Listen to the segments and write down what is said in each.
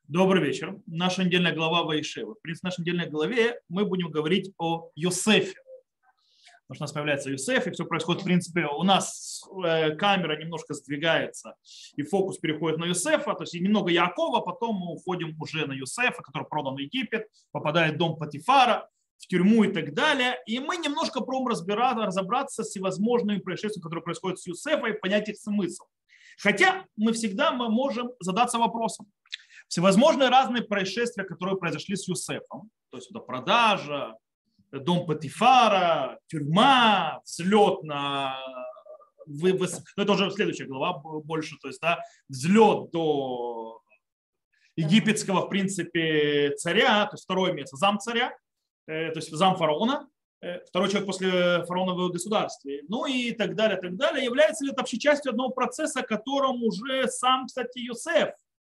Добрый вечер. Наша недельная глава Ваишева. В принципе, в нашей недельной главе мы будем говорить о Йосефе. Потому что у нас появляется Йосеф, и все происходит, в принципе, у нас камера немножко сдвигается, и фокус переходит на Йосефа, то есть немного Яакова, потом мы уходим уже на Йосефа, который продан в Египет, попадает в дом Патифара, в тюрьму и так далее. И мы немножко пробуем разобраться с всевозможными происшествиями, которые происходят с Йосефом, и понять их смысл. Хотя мы всегда можем задаться вопросом. Всевозможные разные происшествия, которые произошли с Юсефом, то есть это продажа, дом Патифара, тюрьма, взлет на... Ну, это уже следующая глава больше, то есть да, взлет до египетского, в принципе, царя, то есть второе место, зам царя, то есть зам фараона, второй человек после фараонового государства, ну и так далее, так далее. Является ли это вообще частью одного процесса, которым уже сам, кстати, Йосеф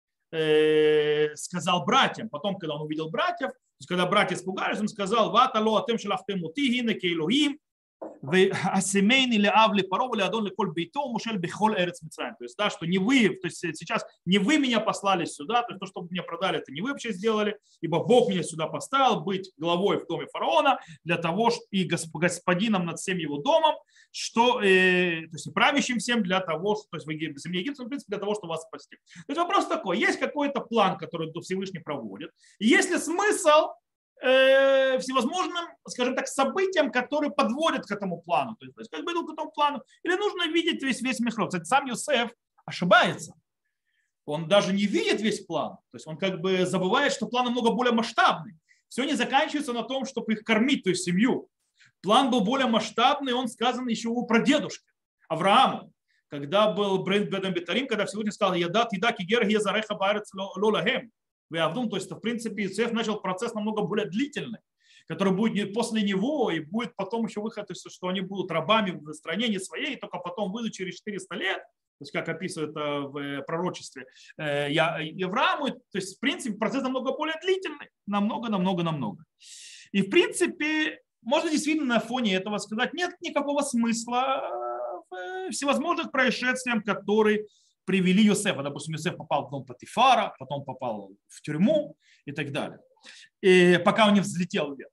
сказал братьям. Потом, когда он увидел братьев, то есть, когда братья испугались, он сказал: «Ватало атем шелахтем ути гине кеэлохим, васемейни леав лепаро леадон леколь бейто мушель бехол эрец мицраим». То есть, да, что не вы, то есть сейчас не вы меня послали сюда, то есть то, что вы меня продали, это не вы вообще сделали, ибо Бог меня сюда поставил быть главой в доме фараона для того, и господином над всем его домом, что, то есть правящим всем для того, то есть в земле Египта, в принципе, для того, чтобы вас спасти. То есть вопрос такой: есть какой-то план, который Всевышний проводит, и есть ли смысл всевозможным, скажем так, событиям, которые подводят к этому плану, то есть как бы идут к этому плану, или нужно видеть весь мехров. Кстати, сам Йосеф ошибается. Он даже не видит весь план, то есть он как бы забывает, что план намного более масштабный. Все не заканчивается на том, чтобы их кормить, то есть семью. План был более масштабный, он сказан еще у прадедушки Авраама, когда был Брент Бедем Бетарим, когда Всевышний сказал: «Ядат еда кигер гезареха баарец лолагем». То есть, в принципе, Йосеф начал процесс намного более длительный, который будет после него, и будет потом еще выход, то есть, что они будут рабами в стране не своей, и только потом выйдут через 400 лет, то есть, как описывают в пророчестве Аврааму. То есть, в принципе, процесс намного более длительный, намного. И, в принципе, можно действительно на фоне этого сказать: нет никакого смысла в всевозможных происшествиях, которые привели Йосефа. Допустим, Йосеф попал в дом Патифара, потом попал в тюрьму и так далее. И пока он не взлетел вверх.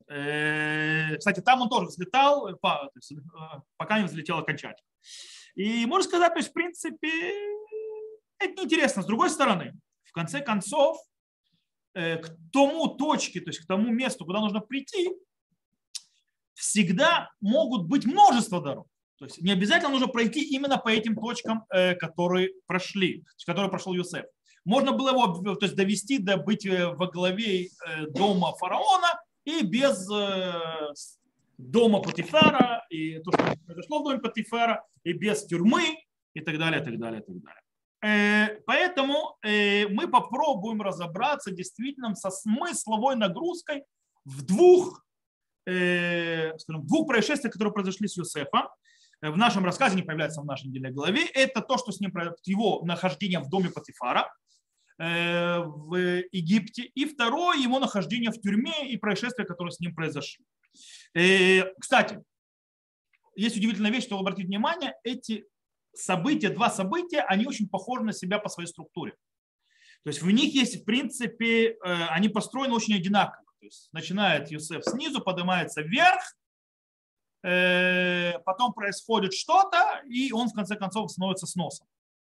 Кстати, там он тоже взлетал, пока не взлетел окончательно. И можно сказать, то есть, в принципе, это неинтересно. С другой стороны, в конце концов, к тому точке, то есть к тому месту, куда нужно прийти, всегда могут быть множество дорог. То есть не обязательно нужно пройти именно по этим точкам, которые которые прошел Йосеф. Можно было его, то есть, довести до быть во главе дома фараона и без дома Патифара, и то, что произошло в доме Патифара, и без тюрьмы, и так далее, так далее, так далее. Поэтому мы попробуем разобраться действительно со смысловой нагрузкой в двух происшествиях, которые произошли с Йосефом. В нашем рассказе, не появляется в нашей недельной главе, это то, что с ним его нахождение в доме Патифара в Египте, и второе, его нахождение в тюрьме и происшествия, которые с ним произошли. Кстати, есть удивительная вещь, что вы обратите внимание, эти события, два события, они очень похожи на себя по своей структуре. То есть в них есть, в принципе, они построены очень одинаково. То есть начинает Йосеф снизу, поднимается вверх, потом происходит что-то, и он в конце концов становится с носом.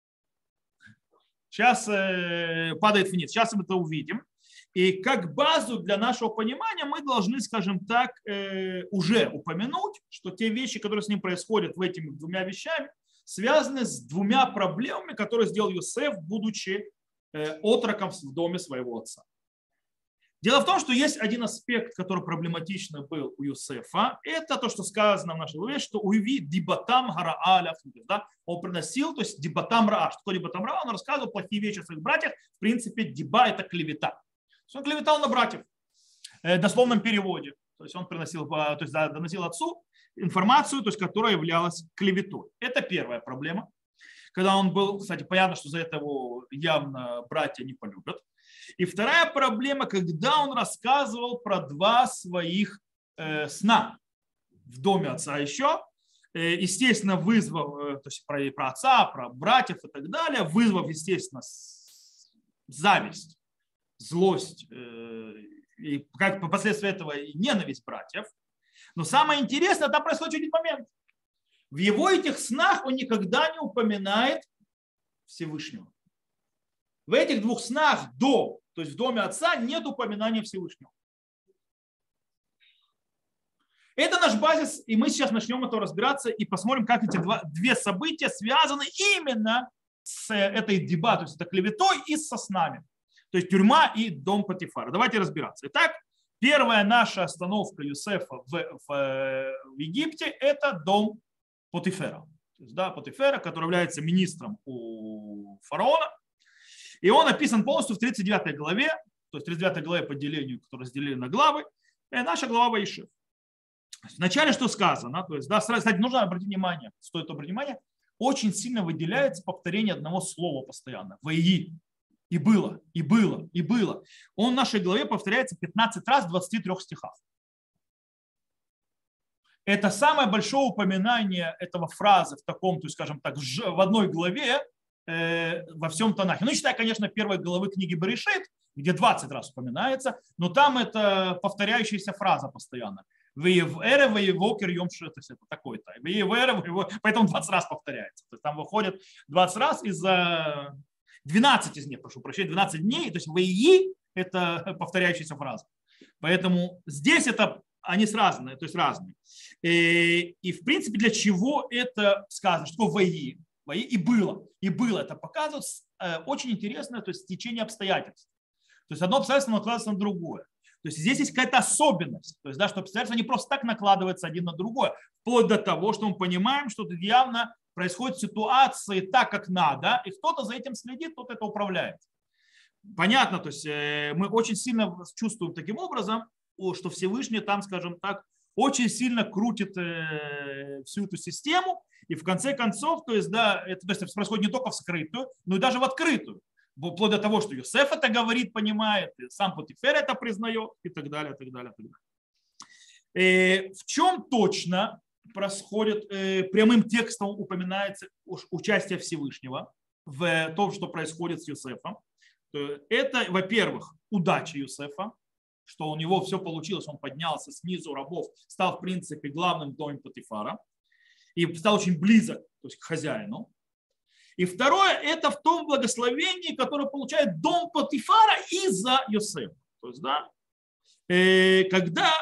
Сейчас падает вниз. Сейчас мы это увидим. И как базу для нашего понимания мы должны, скажем так, уже упомянуть, что те вещи, которые с ним происходят в этими двумя вещами, связаны с двумя проблемами, которые сделал Йосеф, будучи отроком в доме своего отца. Дело в том, что есть один аспект, который проблематичный был у Йосефа. Это то, что сказано в нашей главе, что уви дибатам гараа, да? Он приносил, то есть дибатам раа. Что такое дибатам раа? Он рассказывал плохие вещи о своих братьях. В принципе, диба – это клевета. Он клеветал на братьев в дословном переводе. То есть он приносил, то есть доносил отцу информацию, то есть, которая являлась клеветой. Это первая проблема. Когда он был, кстати, понятно, что за это его явно братья не полюбят. И вторая проблема, когда он рассказывал про два своих сна в доме отца еще, естественно, вызвав, то есть про отца, про братьев и так далее, вызвав, естественно, зависть злость и как последствия этого и ненависть братьев. Но самое интересное, там происходит один момент. В его этих снах он никогда не упоминает Всевышнего. В этих двух снах то есть в доме отца, нет упоминания Всевышнего. Это наш базис, и мы сейчас начнем это разбираться и посмотрим, как эти две события связаны именно с этой дебатой, то есть это клеветой и со снами. То есть тюрьма и дом Потифара. Давайте разбираться. Итак, первая наша остановка Юсефа в Египте – это дом Потифера. То есть, да, Потифера, который является министром у фараона. И он описан полностью в 39 главе, то есть 39 главе по делению, которую разделили на главы, наша глава Ваишев. Вначале что сказано, то есть, да, кстати, нужно обратить внимание, стоит обратить внимание, очень сильно выделяется повторение одного слова постоянно. Ваи. И было, и было, и было. Он в нашей главе повторяется 15 раз в 23 стихах. Это самое большое упоминание этого фразы в таком, то есть, скажем так, в одной главе во всем Танахе. Ну, не считая, конечно, первой главы книги Берешит, где 20 раз упоминается, но там это повторяющаяся фраза постоянно. Веевэре, веевокер, йомшет, это такой-то. Веевэре, поэтому 20 раз повторяется. То есть там выходит 20 раз из-за 12 из них, прошу прощения, 12 дней. То есть веи – это повторяющаяся фраза. Поэтому здесь это они разные, то есть разные. И в принципе для чего это сказано? Что веи? И было. И было. Это показывает очень интересное, то есть течение обстоятельств. То есть одно обстоятельство накладывается на другое. То есть здесь есть какая-то особенность. То есть, да, что обстоятельства не просто так накладываются один на другое. Вплоть до того, что мы понимаем, что тут явно происходят ситуации так, как надо, и кто-то за этим следит, кто-то это управляет. Понятно, то есть мы очень сильно чувствуем таким образом, что Всевышний там, скажем так, очень сильно крутит всю эту систему, и в конце концов, то есть, да, это то есть, происходит не только в скрытую, но и даже в открытую. Вплоть до того, что Йосеф это говорит, понимает, и сам Потифер это признает, и так далее, и так далее, и так далее. В чем точно происходит, прямым текстом упоминается участие Всевышнего в том, что происходит с Йосефом? Это, во-первых, удача Йосефа, что у него все получилось, он поднялся снизу рабов, стал, в принципе, главным в доме Потифара и стал очень близок, то есть, к хозяину. И второе, это в том благословении, которое получает дом Потифара из-за Йосефа. То есть, да, когда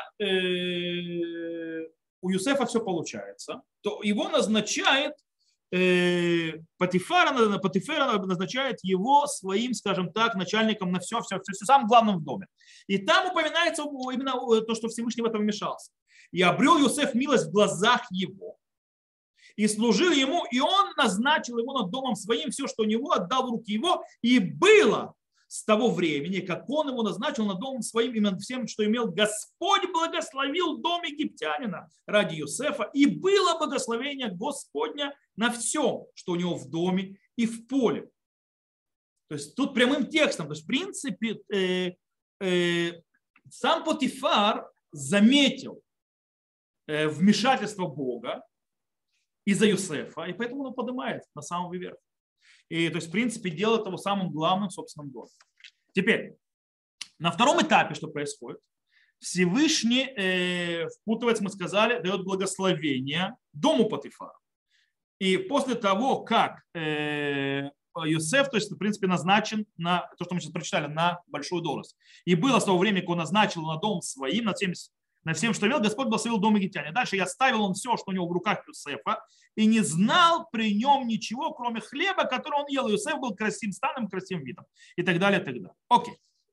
у Йосефа все получается, то его назначает Потифара назначает его своим, скажем так, начальником на все, самым главным в доме. И там упоминается именно то, что Всевышний в этом вмешался. И обрел Йосеф милость в глазах его. И служил ему, и он назначил его над домом своим, все, что у него, отдал в руки его. И было с того времени, как он его назначил над домом своим, именно всем, что имел, Господь благословил дом египтянина ради Йосефа. И было благословение Господня на всем, что у него в доме и в поле. То есть тут прямым текстом, то есть в принципе сам Потифар заметил вмешательство Бога из-за Йосефа, и поэтому он поднимает на самом верх. И то есть в принципе делает его самым главным в собственном доме. Теперь, на втором этапе что происходит? Всевышний впутывается, мы сказали, дает благословение дому Потифара. И после того, как Йосеф, то есть, в принципе, назначен на то, что мы сейчас прочитали, на большую должность. И было с того времени, как он назначил на дом своим, на всем, что имел, Господь благословил дом египтяне. Дальше я ставил он все, что у него в руках Йосефа, и не знал при нем ничего, кроме хлеба, который он ел. Йосеф был красивым станом, красивым видом. И так далее, и так далее. Окей.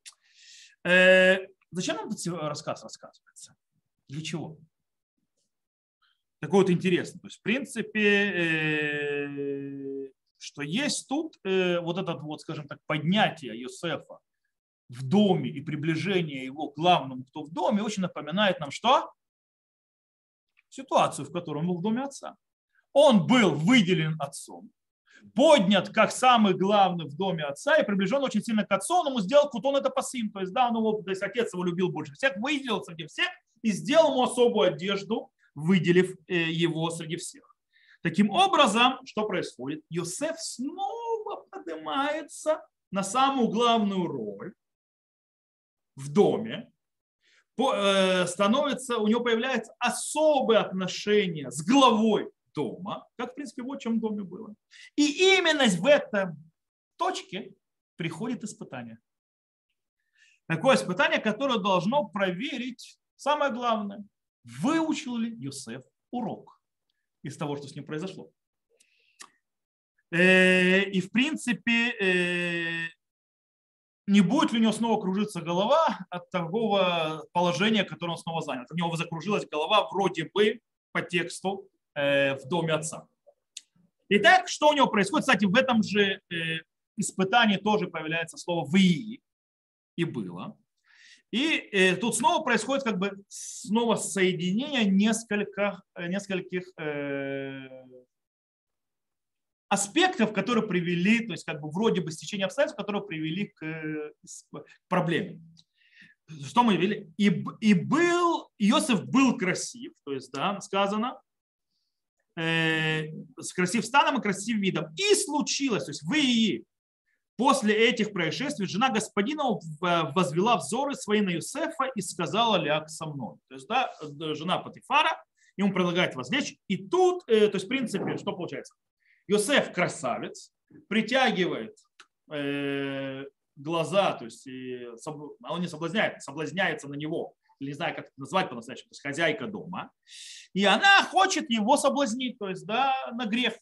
Зачем нам этот рассказ рассказывается? Для чего? Такое вот интересно. То есть, в принципе, что есть тут вот это вот, скажем так, поднятие Йосефа в доме и приближение его к главному, кто в доме, очень напоминает нам что? Ситуацию, в которой он был в доме отца. Он был выделен отцом, поднят как самый главный в доме отца и приближен очень сильно к отцу, он ему сделал кутон это пасим, то есть, да, он его, то есть отец его любил больше всех, выделил среди всех и сделал ему особую одежду, выделив его среди всех. Таким образом, что происходит? Йосеф снова поднимается на самую главную роль. в доме, становится, у него появляется особое отношение с главой дома, как, в принципе, в отчим доме было. И именно в этом точке приходит испытание. Такое испытание, которое должно проверить самое главное. Выучил ли Йосеф урок из того, что с ним произошло? И, в принципе, не будет ли у него снова кружиться голова от такого положения, которое он снова занял. У него закружилась голова вроде бы по тексту в доме отца. Итак, что у него происходит? Кстати, в этом же испытании тоже появляется слово «вии» и «было». И тут снова происходит как бы снова соединение нескольких аспектов, которые привели, то есть как бы вроде бы стечение обстоятельств, которые привели к проблеме. Что мы видели? Иосиф был красив, то есть, да, сказано, с красив станом и красив видом. И случилось, то есть после этих происшествий жена господина возвела взоры свои на Иосифа и сказала: ляг со мной. То есть, да, жена Потифара ему предлагает возлечь. И тут, то есть, в принципе, что получается? Иосиф красавец, притягивает глаза, то есть он не соблазняет, соблазняется на него, или не знаю, как это назвать по-настоящему, то есть хозяйка дома, и она хочет его соблазнить, то есть, да, на грех.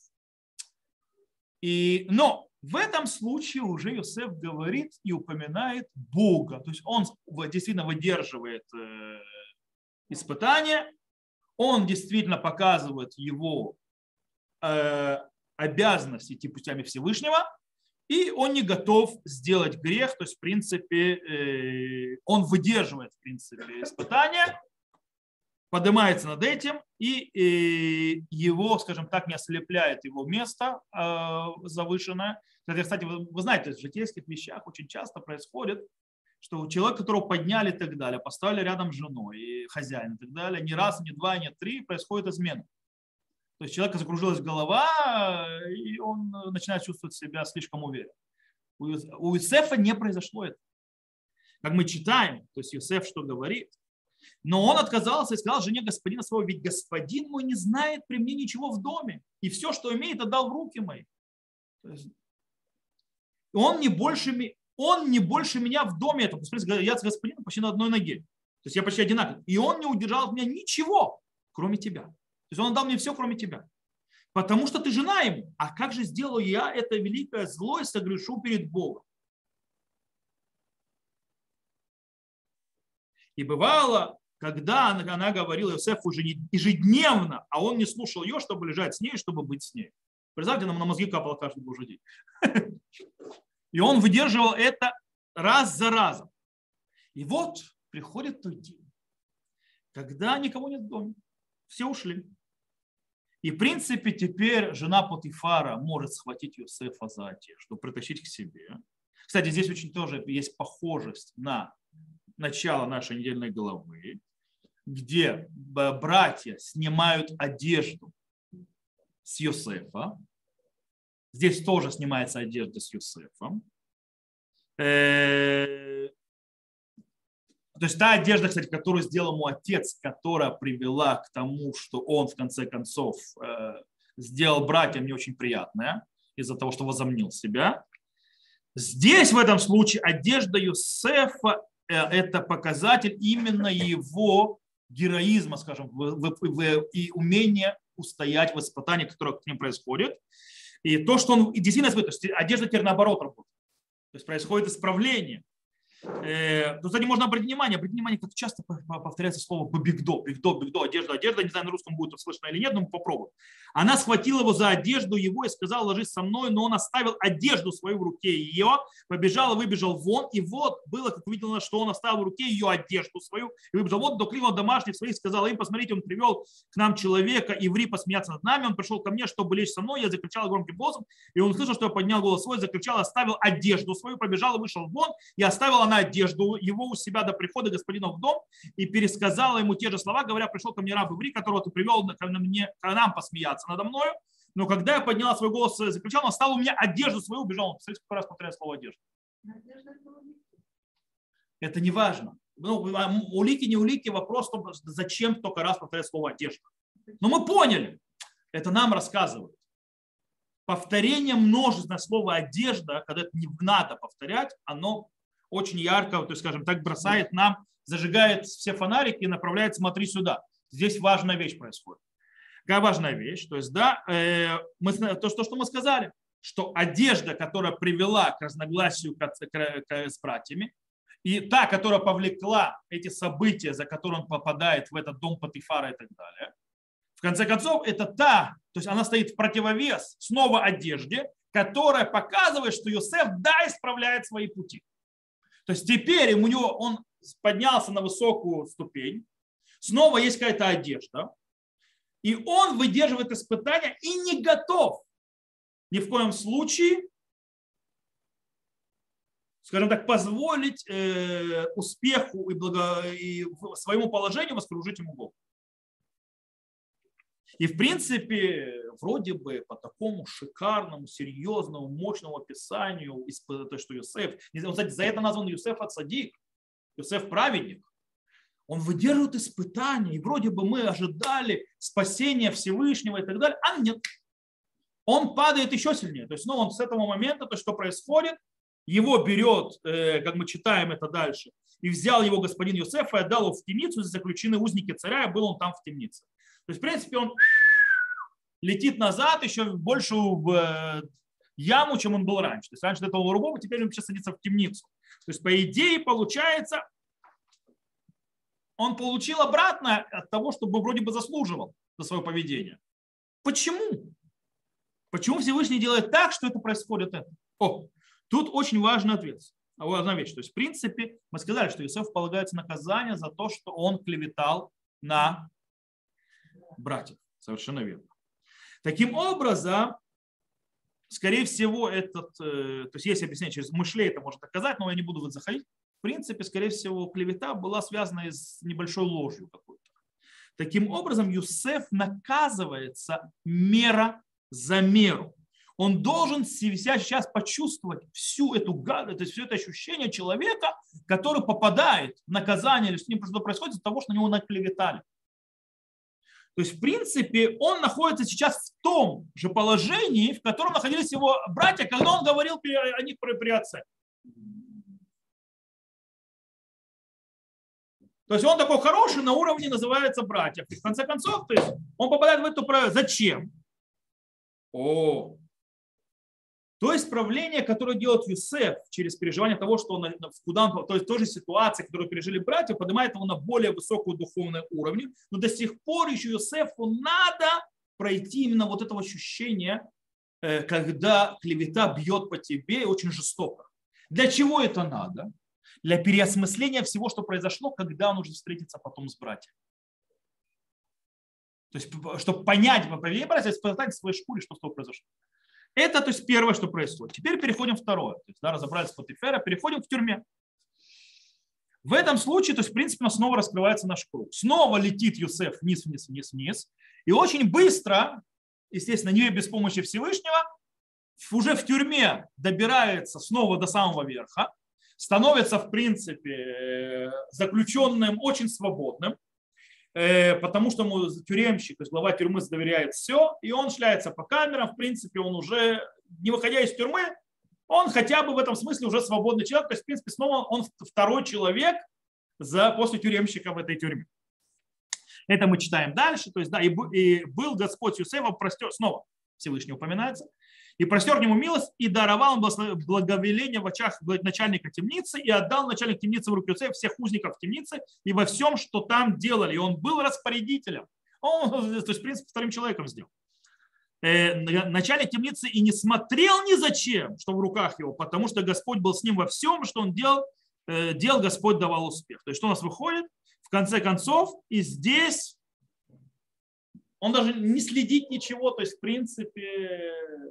Но в этом случае уже Иосиф говорит и упоминает Бога, то есть он действительно выдерживает испытание, он действительно показывает его обязанность идти путями Всевышнего, и он не готов сделать грех, то есть, в принципе, он выдерживает, в принципе, испытания, поднимается над этим, и его, скажем так, не ослепляет его место завышенное. Кстати, вы знаете, в житейских вещах очень часто происходит, что у человека, которого подняли и так далее, поставили рядом с женой и хозяином и так далее, ни раз, ни два, ни три происходит измена. То есть человека закружилась голова, и он начинает чувствовать себя слишком уверенно. У Иосифа не произошло это. Как мы читаем, то есть Иосиф что говорит? Но он отказался и сказал жене господина своего: ведь господин мой не знает при мне ничего в доме, и все, что имеет, отдал в руки мои. Он не больше меня в доме. Это, я с господином почти на одной ноге. То есть я почти одинаковый. И он не удержал от меня ничего, кроме тебя. То есть он отдал мне все, кроме тебя. Потому что ты жена ему. А как же сделаю я это великое зло и согрешу перед Богом? И бывало, когда она говорила Иосифу уже ежедневно, а он не слушал ее, чтобы лежать с ней, чтобы быть с ней. Представьте, нам на мозги капало каждый божий день. И он выдерживал это раз за разом. И вот приходит тот день, когда никого нет в доме. Все ушли. И, в принципе, теперь жена Потифара может схватить Иосифа за одежду, притащить к себе. Кстати, здесь очень тоже есть похожесть на начало нашей недельной главы, где братья снимают одежду с Иосифа. Здесь тоже снимается одежда с Иосифом. То есть та одежда, кстати, которую сделал ему отец, которая привела к тому, что он в конце концов сделал братьям не очень приятное из-за того, что возомнил себя. Здесь в этом случае одежда Иосифа – это показатель именно его героизма, скажем, и умения устоять в испытании, которое к ним происходит. И то, что он действительно испытывает, то есть одежда теперь наоборот работает. То есть происходит исправление. Тут, кстати, можно обратить внимание, как часто повторяется слово бигдо, одежда, не знаю, на русском будет слышно или нет, но мы попробуем. Она схватила его за одежду его и сказала: ложись со мной, но он оставил одежду свою в руке ее, побежал и выбежал вон, и вот было, как увидела, что он оставил в руке ее одежду свою, и выбежал вот до клива домашних своих, сказал им: посмотрите, он привел к нам человека, иври, посмеяться над нами, он пришел ко мне, чтобы лечь со мной, я закричал громким голосом, и он услышал, что я поднял голос свой, закричал, оставил одежду свою, побежал и вышел вон, и оставила она одежду его у себя до прихода господина в дом, и пересказала ему те же слова, говоря: пришел ко мне раб иври, которого ты привел к нам посмеяться надо мною, но когда я подняла свой голос и закричал, он оставил у меня одежду свою, убежал. Посмотрите, сколько раз повторяет слово одежда. Это не важно. Ну, улики, не улики, вопрос, зачем только раз повторять слово одежда. Но мы поняли, это нам рассказывают. Повторение множественного слова одежда, когда это не надо повторять, оно очень ярко, то есть, скажем так, бросает нам, зажигает все фонарики и направляет, смотри сюда. Здесь важная вещь происходит. Какая важная вещь? То есть, да, то, что мы сказали, что одежда, которая привела к разногласию с братьями, и та, которая повлекла эти события, за которые он попадает в этот дом Патифара и так далее, в конце концов, это та, то есть она стоит в противовес снова одежде, которая показывает, что Йосеф, да, исправляет свои пути. То есть теперь у него он поднялся на высокую ступень, снова есть какая-то одежда, и он выдерживает испытания и не готов ни в коем случае, скажем так, позволить успеху и своему положению воскружить ему голову. И в принципе, вроде бы по такому шикарному, серьезному, мощному описанию, то, что Йосеф, кстати, за это назван Йосеф ат-Цадик, Йосеф праведник, он выдерживает испытания, и вроде бы мы ожидали спасения Всевышнего и так далее, а нет. Он падает еще сильнее. То есть, он с этого момента, то, что происходит, его берет, как мы читаем это дальше, и взял его господин Йосеф и отдал его в темницу, заключены узники царя, и был он там в темнице. То есть, в принципе, он летит назад еще больше в яму, чем он был раньше. То есть, раньше это был рубов, а теперь он сейчас садится в темницу. То есть, по идее, получается, он получил обратно от того, чтобы вроде бы заслуживал за свое поведение. Почему? Почему Всевышний делает так, что это происходит? Тут очень важный ответ. Важная вещь. То есть, в принципе, мы сказали, что Йосеф полагается наказание за то, что он клеветал на братьев. Совершенно верно. Таким образом, скорее всего, то есть есть объяснение через мышлей, это можно доказать, но я не буду в это заходить. В принципе, скорее всего, клевета была связана с небольшой ложью какой-то. Таким образом, Йосеф наказывается мера за меру. Он должен сейчас почувствовать всю эту гадость, то есть все это ощущение человека, который попадает в наказание, или с ним что-то происходит из-за того, что на него наклеветали. То есть, в принципе, он находится сейчас в том же положении, в котором находились его братья, когда он говорил о них при отце. То есть он такой хороший, на уровне называется братьев. И в конце концов, то есть он попадает в эту правду. Зачем? То исправление, которое делает Йосеф через переживание того, что он, куда он, то есть той же ситуации, которую пережили братья, поднимает его на более высокую духовный уровень, но до сих пор еще Йосефу надо пройти именно вот этого ощущения, когда клевета бьет по тебе очень жестоко. Для чего это надо? Для переосмысления всего, что произошло, когда он уже встретится потом с братьями. То есть, чтобы понять, испытать в своей шкуре, что с тобой произошло. Это, то есть, первое, что происходит. Теперь переходим в второе. То есть, разобрались с Патифера, переходим в тюрьме. В этом случае, то есть, в принципе, снова раскрывается наш круг. Снова летит Йосеф вниз, вниз, вниз, вниз. И очень быстро, естественно, не без помощи Всевышнего, уже в тюрьме добирается снова до самого верха, становится, в принципе, заключенным очень свободным, потому что ему тюремщик, то есть глава тюрьмы доверяет все, и он шляется по камерам, в принципе, он уже, не выходя из тюрьмы, он хотя бы в этом смысле уже свободный человек, то есть, в принципе, снова он второй человек после тюремщика в этой тюрьме. Это мы читаем дальше, то есть, да, и был Господь Йосефа простер, снова Всевышний упоминается, и простер ему милость, и даровал благоволение в очах начальника темницы, и отдал начальник темницы в руки Йосефа всех узников темницы и во всем, что там делали. И он был распорядителем. Он, то есть, в принципе, вторым человеком сделал. Начальник темницы и не смотрел ни зачем, что в руках его, потому что Господь был с ним во всем, что он делал, Господь давал успех. То есть, что у нас выходит? В конце концов, и здесь он даже не следит ничего, то есть, в принципе,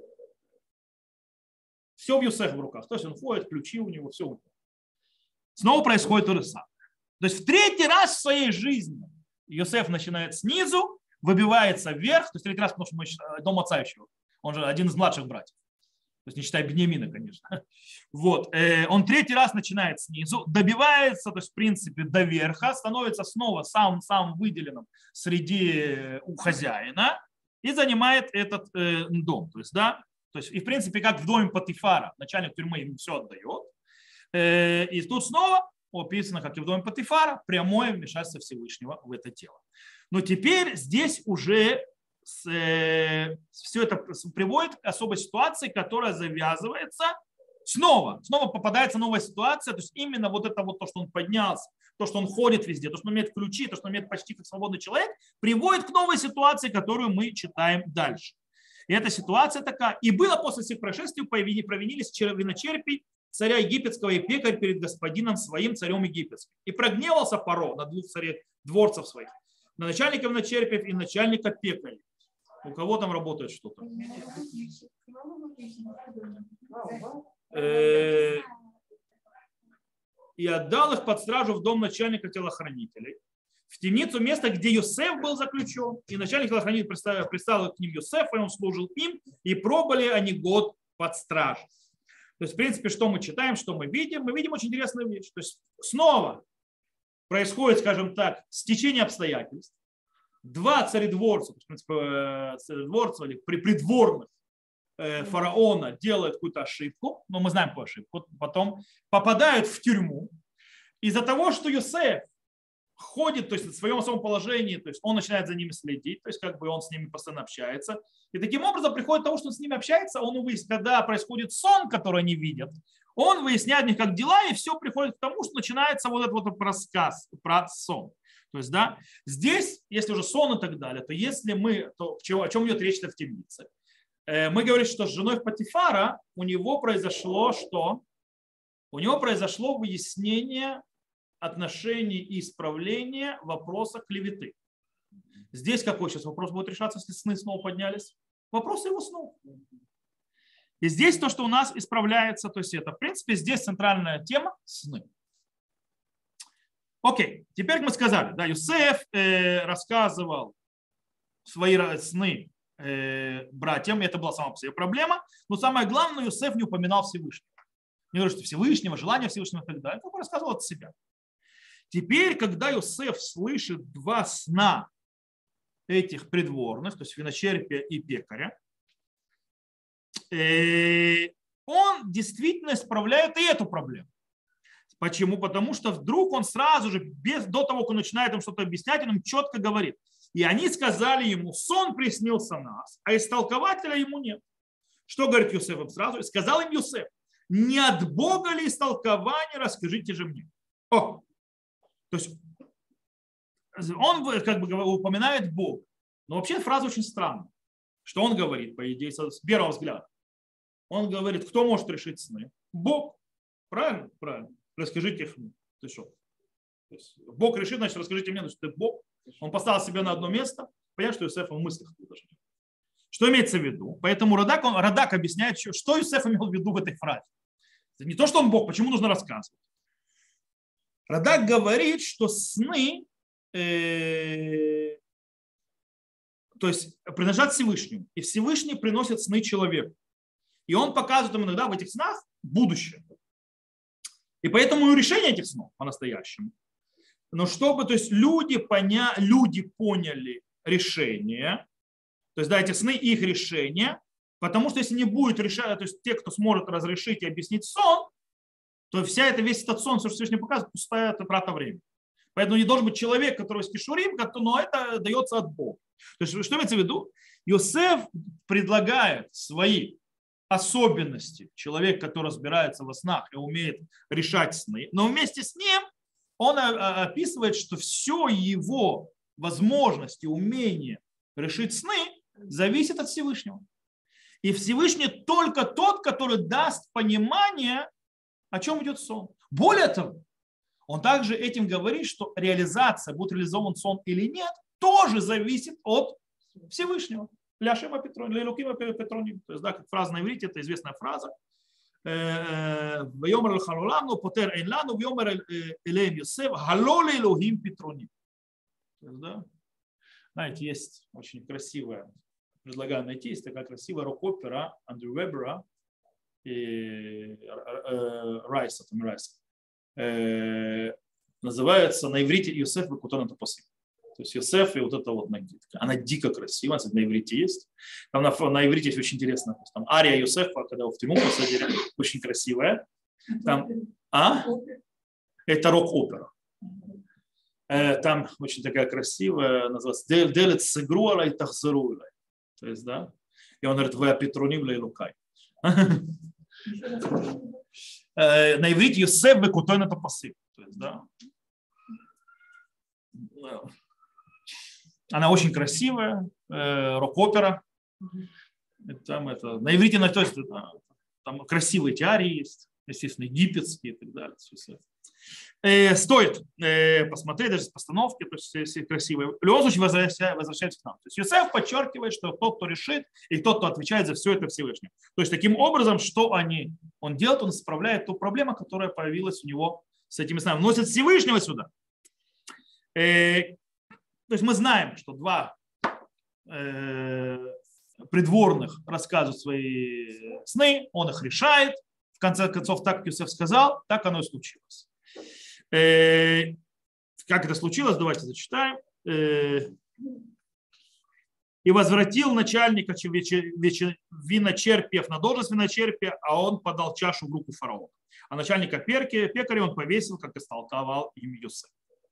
все в Йосефе в руках. То есть он ходит, ключи у него, все у него. Снова происходит то же самое. То есть в третий раз в своей жизни Йосеф начинает снизу, выбивается вверх, то есть третий раз, потому что мы дом отца еще, он же один из младших братьев. То есть не считая Беньямина, конечно. Вот. Он третий раз начинает снизу, добивается, то есть в принципе до верха, становится снова самым выделенным среди у хозяина и занимает этот дом. То есть, да, то есть и в принципе как в доме Патифара, начальник тюрьмы ему все отдает. И тут снова описано, как и в доме Патифара, прямое вмешательство Всевышнего в это дело. Но теперь здесь уже все это приводит к особой ситуации, которая завязывается снова попадается новая ситуация, то есть именно вот это вот то, что он поднялся, то, что он ходит везде, то, что он имеет ключи, то, что он имеет почти как свободный человек, приводит к новой ситуации, которую мы читаем дальше. И эта ситуация такая. И было после всех происшествий, провинились виночерпий царя египетского и пекарь перед господином своим, царем египетским. И прогневался Паро на двух дворцев своих, на начальника виночерпиев и начальника пекарей. У кого там работает что-то? И отдал их под стражу в дом начальника телохранителей, в темницу, место, где Йосеф был заключен. И начальник телохранителей представил к ним Йосефа, и он служил им, и пробыли они год под стражей. То есть, в принципе, что мы читаем, что мы видим? Мы видим очень интересную вещь. То есть снова происходит, скажем так, стечение обстоятельств. Два царедворца, в принципе, царедворца или придворных фараона делают какую-то ошибку, но мы знаем какую ошибку, потом попадают в тюрьму из-за того, что Йосеф ходит, то есть в своем особом положении, то есть он начинает за ними следить, то есть как бы он с ними постоянно общается. И таким образом приходит к тому, что он с ними общается, он выясняет, когда происходит сон, который они видят, он выясняет у них как дела, и все приходит к тому, что начинается вот этот вот рассказ про сон. То есть, да, здесь, если уже сон и так далее, то если мы, то о чем идет речь-то в темнице? Мы говорим, что с женой Патифара у него произошло что? У него произошло выяснение отношений и исправления вопроса клеветы. Здесь какой сейчас вопрос будет решаться, если сны снова поднялись? Вопрос его снов. И здесь то, что у нас исправляется, то есть это, в принципе, здесь центральная тема – сны. Окей, теперь мы сказали, да, Йосеф рассказывал свои сны братьям, это была сама по себе проблема, но самое главное, Йосеф не упоминал Всевышнего. Не говорю, что Всевышнего, желания Всевышнего и так далее, только рассказывал от себя. Теперь, когда Йосеф слышит два сна этих придворных, то есть виночерпия и пекаря, он действительно исправляет и эту проблему. Почему? Потому что вдруг он сразу же, до того, как он начинает им что-то объяснять, он им четко говорит. И они сказали ему, сон приснился нас, а истолкователя ему нет. Что говорит Йосеф им сразу? Сказал им Йосеф, не от Бога ли истолкование, расскажите же мне. О! То есть он как бы упоминает Бога. Но вообще фраза очень странная. Что он говорит, по идее, с первого взгляда? Он говорит, кто может решить сны? Бог. Правильно? Правильно. Расскажите их мне. Ты что? То есть Бог решит, значит, расскажите мне, значит, ты Бог. Он поставил себя на одно место. Понятно, что Йосеф в мыслях. Что имеется в виду? Поэтому Радак объясняет, что Йосеф имел в виду в этой фразе. Это не то, что он Бог, почему нужно рассказывать. Радак говорит, что сны, то есть принадлежат Всевышнему. И Всевышний приносит сны человеку. И он показывает им иногда в этих снах будущее. И поэтому и решение этих снов по-настоящему. Но чтобы, то есть люди поняли решение, то есть да, эти сны их решение, потому что если не будет решать, то есть те, кто сможет разрешить и объяснить сон, то весь этот сон, все, что Всевышний показывает, пустая трата времени. Поэтому не должен быть человек, который из кишурим, но это дается от Бога. То есть что имеется в виду? Йосеф предлагает свои особенности человека, который разбирается во снах и умеет решать сны, но вместе с ним он описывает, что все его возможности, умение решить сны зависит от Всевышнего. И Всевышний только тот, который даст понимание, о чем идет сон. Более того, он также этим говорит, что реализация, будет реализован сон или нет, тоже зависит от Всевышнего. Ляшема Петрони, Лелукима Петрони. То есть, да, как фраза на иврите, это известная фраза. Вьомер эль-халоламну, потер эйнлану, вьомер элеем Йосеф, халоле Элохим Петрони. Знаете, есть очень красивая, предлагаю найти, есть такая красивая рок-опера Андрю Вебера, Райса, называется на иврите Йосеф Бекутон Тапасим. То есть Йосеф и вот эта вот нагидка. Она дико красивая, на иврите есть. Там на иврите есть очень интересно. Там ария Йосефа, когда его в тюрьму посадили, очень красивая. Там, это рок-опера. Там очень такая красивая, называется «Делет сыгруала и тахзаруила». То есть, да, и он говорит, вы апетронивля и лукай. На иврите Йосеф Бекутон Тапасим. То есть, да. Она очень красивая, рок-опера. Там это, на иврите, то есть, там красивые теории есть, естественно, египетские и так далее. Стоит посмотреть даже с постановки, то есть все красивые. В любом случае возвращается к нам. То есть Йосеф подчеркивает, что тот, кто решит, и тот, кто отвечает за все это Всевышний. То есть таким образом, что он делает, он исправляет ту проблему, которая появилась у него с этими снами. Вносит Всевышнего сюда. То есть мы знаем, что два придворных рассказывают свои сны, он их решает. В конце концов, так как Йосеф сказал, так оно и случилось. Как это случилось, давайте зачитаем. И возвратил начальника виночерпиев на должность виночерпия, а он подал чашу в руку фараона. А начальника пекаря он повесил, как истолковал им Йосеф.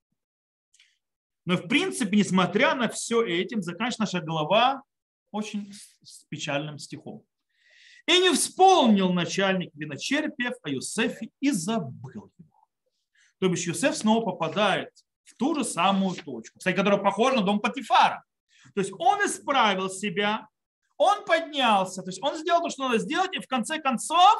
Но в принципе, несмотря на все этим, заканчивается наша глава очень с печальным стихом. И не вспомнил начальник виночерпиев о Йосефе и забыл его. То бишь Йосеф снова попадает в ту же самую точку, кстати, которая похожа на дом Потифара. То есть он исправил себя, он поднялся, то есть он сделал то, что надо сделать, и в конце концов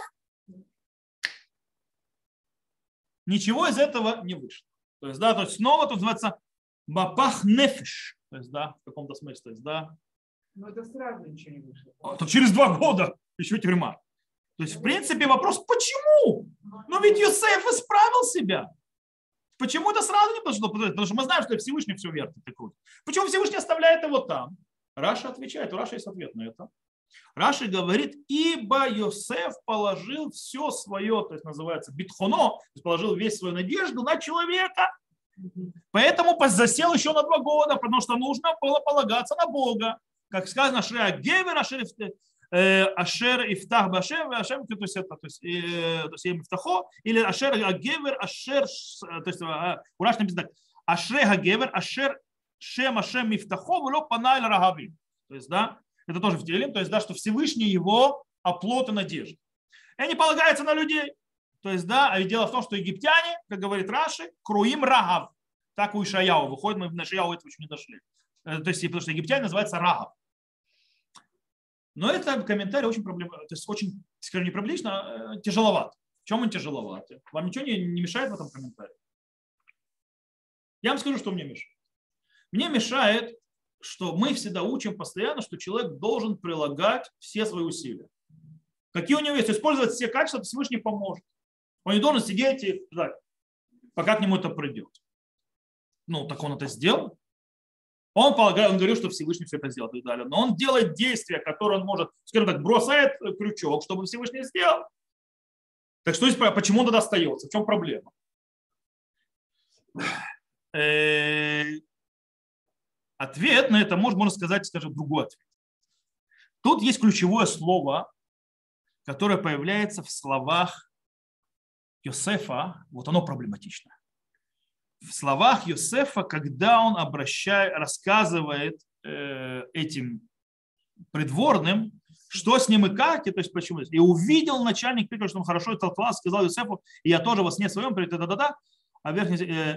ничего из этого не вышло. То есть, да, то есть снова тут называется бапах нефиш, то есть, да, в каком-то смысле, то есть, да. Но это сразу ничего не вышло. То через 2 года еще тюрьма. То есть, в принципе, вопрос, почему? Но ведь Йосеф исправил себя. Почему это сразу не пошло? Потому что мы знаем, что Всевышний все вертит и крутит. Почему Всевышний оставляет его там? Раша отвечает, у Раши есть ответ на это. Раши говорит, ибо Йосеф положил все свое, то есть называется битхоно, то есть положил весь свою надежду на человека. Поэтому засел еще на 2 года, потому что нужно было полагаться на Бога. Как сказано, Ашер Гевер, Ашер Ифтах Башем, Ашем, то есть это, то есть Ифтахо, или Ашер Гевер, Ашер, то есть у Раши написано так, Ашер Гевер, Ашер Шем Ашем Ифтахо, Вло Паналь Рагави. То есть, да, это тоже в Тилим, то есть, да, что Всевышний его оплот и надежда. И они полагаются на людей. То есть, да, а дело в том, что египтяне, как говорит Раши, круим Рагав. Так у Ишаяу выходит, мы на Ишаяу этого еще не дошли. То есть, потому что египтяне называются Рагав. Но это комментарий очень проблематичный, то есть очень, скажем, не проблематично, а тяжеловат. В чем он тяжеловат? Вам ничего не мешает в этом комментарии? Я вам скажу, что мне мешает. Мне мешает, что мы всегда учим постоянно, что человек должен прилагать все свои усилия. Какие у него есть? Использовать все качества, Всевышний поможет. Он не должен сидеть и ждать, пока к нему это придет. Ну, так он это сделал. Он говорил, что Всевышний все это сделал и так далее. Но он делает действия, которые он может, скажем так, бросает крючок, чтобы Всевышний сделал. Так что почему он тогда остается? В чем проблема? Ответ на это можно сказать, скажем, другой ответ. Тут есть ключевое слово, которое появляется в словах Йосефа. Вот оно проблематично. В словах Йосефа, когда он рассказывает этим придворным, что с ним и как, и, то есть почему. И увидел начальник, что он хорошо толковал, сказал Йосефу, и я тоже во сне своем, а верхний,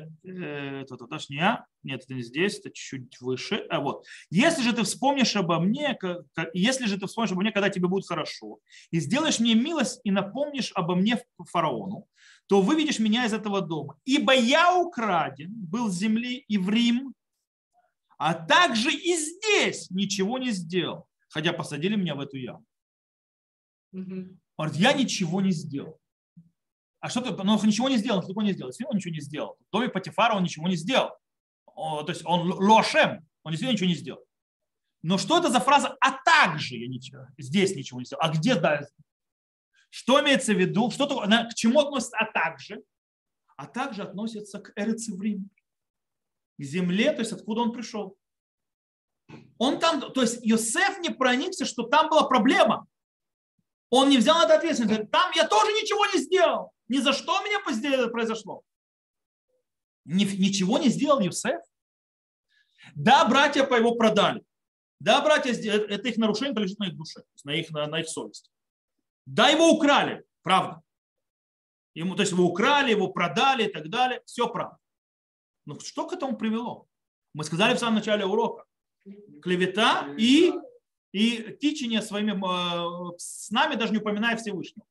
нет, это не здесь, это чуть выше. Вот. Если же ты вспомнишь обо мне, когда тебе будет хорошо, и сделаешь мне милость и напомнишь обо мне фараону, то выведешь меня из этого дома. Ибо я украден был с земли и в Рим, а также и здесь ничего не сделал, хотя посадили меня в эту яму. Он говорит, я ничего не сделал. А что ты, ну, ничего не сделал, он ничего не сделал. В доме Потифара он ничего не сделал. То есть он лошем, он действительно ничего не сделал. Но что это за фраза «а также я ничего, здесь ничего не сделал»? А где да? Что имеется в виду? К чему относится а также относится к Эрец-Иврим, к земле, то есть откуда он пришел. Он там, то есть Йосеф не проникся, что там была проблема. Он не взял на это ответственность. Там я тоже ничего не сделал. Ни за что меня произошло. Ничего не сделал Йосеф. Да, братья по его продали. Да, братья, это их нарушение, это лежит на их душе, на их совести. Да, его украли, правда. То есть его украли, его продали и так далее. Все правда. Но что к этому привело? Мы сказали в самом начале урока. Клевета и тичение своими снами, даже не упоминая Всевышнего.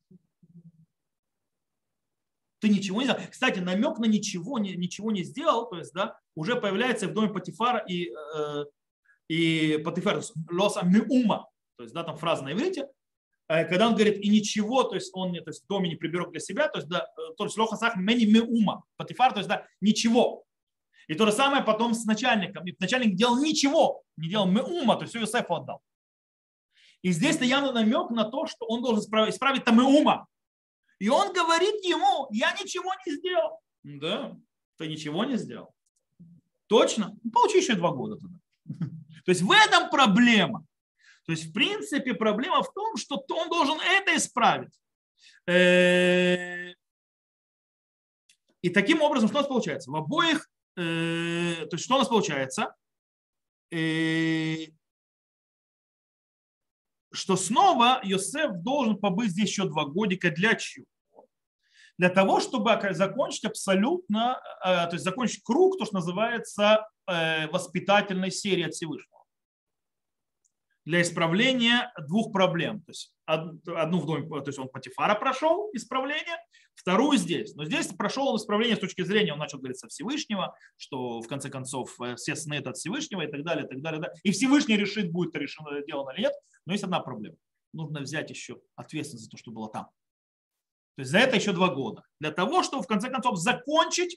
Ты ничего не сделал. Кстати, намек на ничего не сделал, то есть, да, уже появляется в доме Потифара и Потифар, лоса меума, то есть, да, там фраза на иврите, когда он говорит и ничего, то есть он то есть, в доме не приберег для себя, то есть, да, то есть лохасах мени меума, Потифар, то есть, да, ничего. И то же самое потом с начальником. И начальник делал ничего, не делал меума, то есть все Йосефу отдал. И здесь-то явно намек на то, что он должен исправить там меума. И он говорит ему, я ничего не сделал. Да, ты ничего не сделал. Точно? Получи еще 2 года туда. То есть в этом проблема. То есть в принципе проблема в том, что он должен это исправить. И таким образом, что у нас получается? В обоих, то есть что у нас получается? Что снова Йосеф должен побыть здесь еще 2 годика. Для чего? Для того, чтобы закончить абсолютно, то есть закончить круг, то, что называется воспитательной серии от Всевышнего. Для исправления 2 проблем. То есть одну в доме, то есть он Потифара прошел исправление, вторую здесь. Но здесь прошел он исправление с точки зрения, он начал говорить со Всевышнего, что в конце концов все сны это от Всевышнего и так далее, и так далее. Да. И Всевышний решит, будет это решено сделано или нет. Но есть одна проблема. Нужно взять еще ответственность за то, что было там. То есть за это еще 2 года. Для того, чтобы в конце концов закончить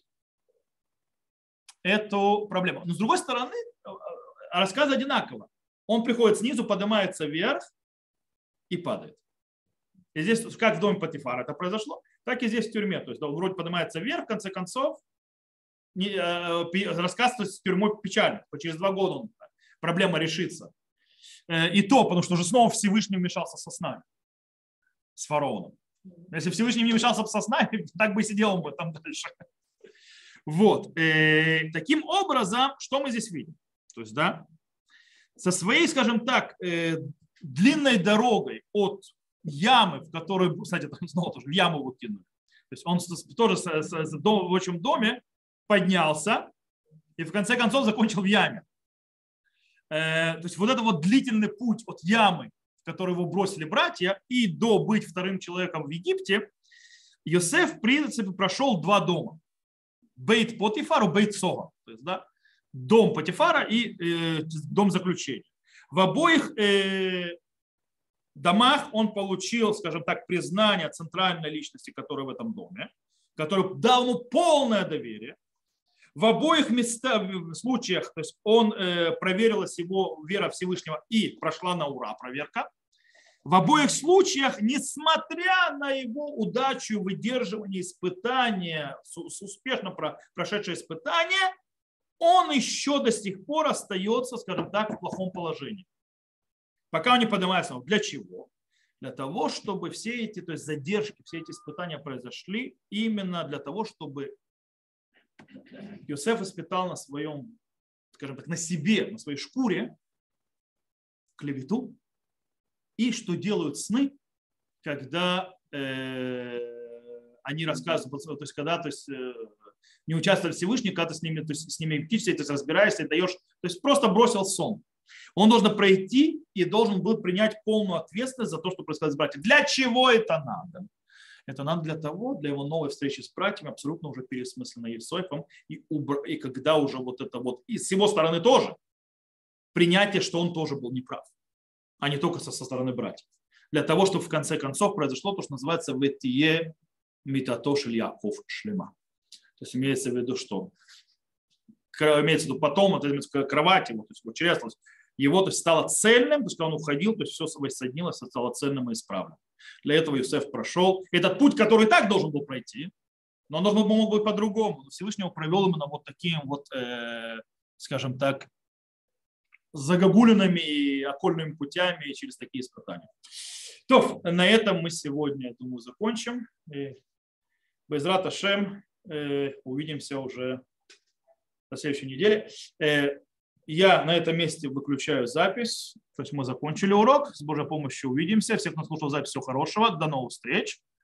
эту проблему. Но с другой стороны, рассказ одинаково. Он приходит снизу, поднимается вверх и падает. И здесь, как в доме Потифара это произошло, так и здесь в тюрьме. То есть он вроде поднимается вверх, в конце концов, рассказ то есть, с тюрьмой печальный. Через 2 года проблема решится. И то, потому что уже снова Всевышний вмешался со снами, с фараоном. Если Всевышний не вмешался со снами, так бы и сидел он бы там дальше. Вот. Таким образом, что мы здесь видим? То есть, да, со своей, скажем так, длинной дорогой от ямы, в которую, кстати, снова тоже в яму его кинули. То есть он тоже в общем доме поднялся и в конце концов закончил в яме. То есть вот это вот длительный путь от ямы, в которую его бросили братья, и до быть 2-м человеком в Египте, Йосеф, в принципе, прошел 2 дома. Бейт Потифару, Бейт Сога. То есть, да, дом Потифара и дом заключения. В обоих домах он получил, скажем так, признание центральной личности, которая в этом доме, который дал ему полное доверие. В обоих случаях то есть он проверилась его вера Всевышнего и прошла на ура проверка. В обоих случаях, несмотря на его удачу, выдерживание испытания, успешно прошедшее испытание, он еще до сих пор остается, скажем так, в плохом положении. Пока он не поднимается. Для чего? Для того, чтобы все эти то есть задержки, все эти испытания произошли именно для того, чтобы Йосеф испытал на своем, скажем так, на себе, на своей шкуре клевету. И что делают сны, когда они рассказывают, то есть когда не участвовали в Всевышнем, когда ты с ними птичься, то есть разбираешься и даешь, то есть просто бросил сон. Он должен пройти и должен был принять полную ответственность за то, что происходит с братьями. Для чего это надо? Это надо для его новой встречи с братьями, абсолютно уже пересмысленной Йосефом, и когда уже вот это вот, и с его стороны тоже, принятие, что он тоже был неправ, а не только со стороны братьев. Для того, чтобы в конце концов произошло то, что называется «ветие митато шель Яков шлема». То есть имеется в виду, что имеется в виду потом, кровать его, то есть его чресло, его то есть, стало цельным, то есть когда он уходил, то есть все воссоединилось, стало цельным и исправным. Для этого Иосиф прошел этот путь, который и так должен был пройти, но он мог быть по-другому. Всевышний его провел именно вот таким вот, скажем так, загогулинами и окольными путями через такие испытания. То, на этом мы сегодня, я думаю, закончим. Безрат Ашем, увидимся уже на следующей неделе. Я на этом месте выключаю запись. То есть мы закончили урок. С Божьей помощью увидимся. Всех, кто слушал запись, всего хорошего. До новых встреч.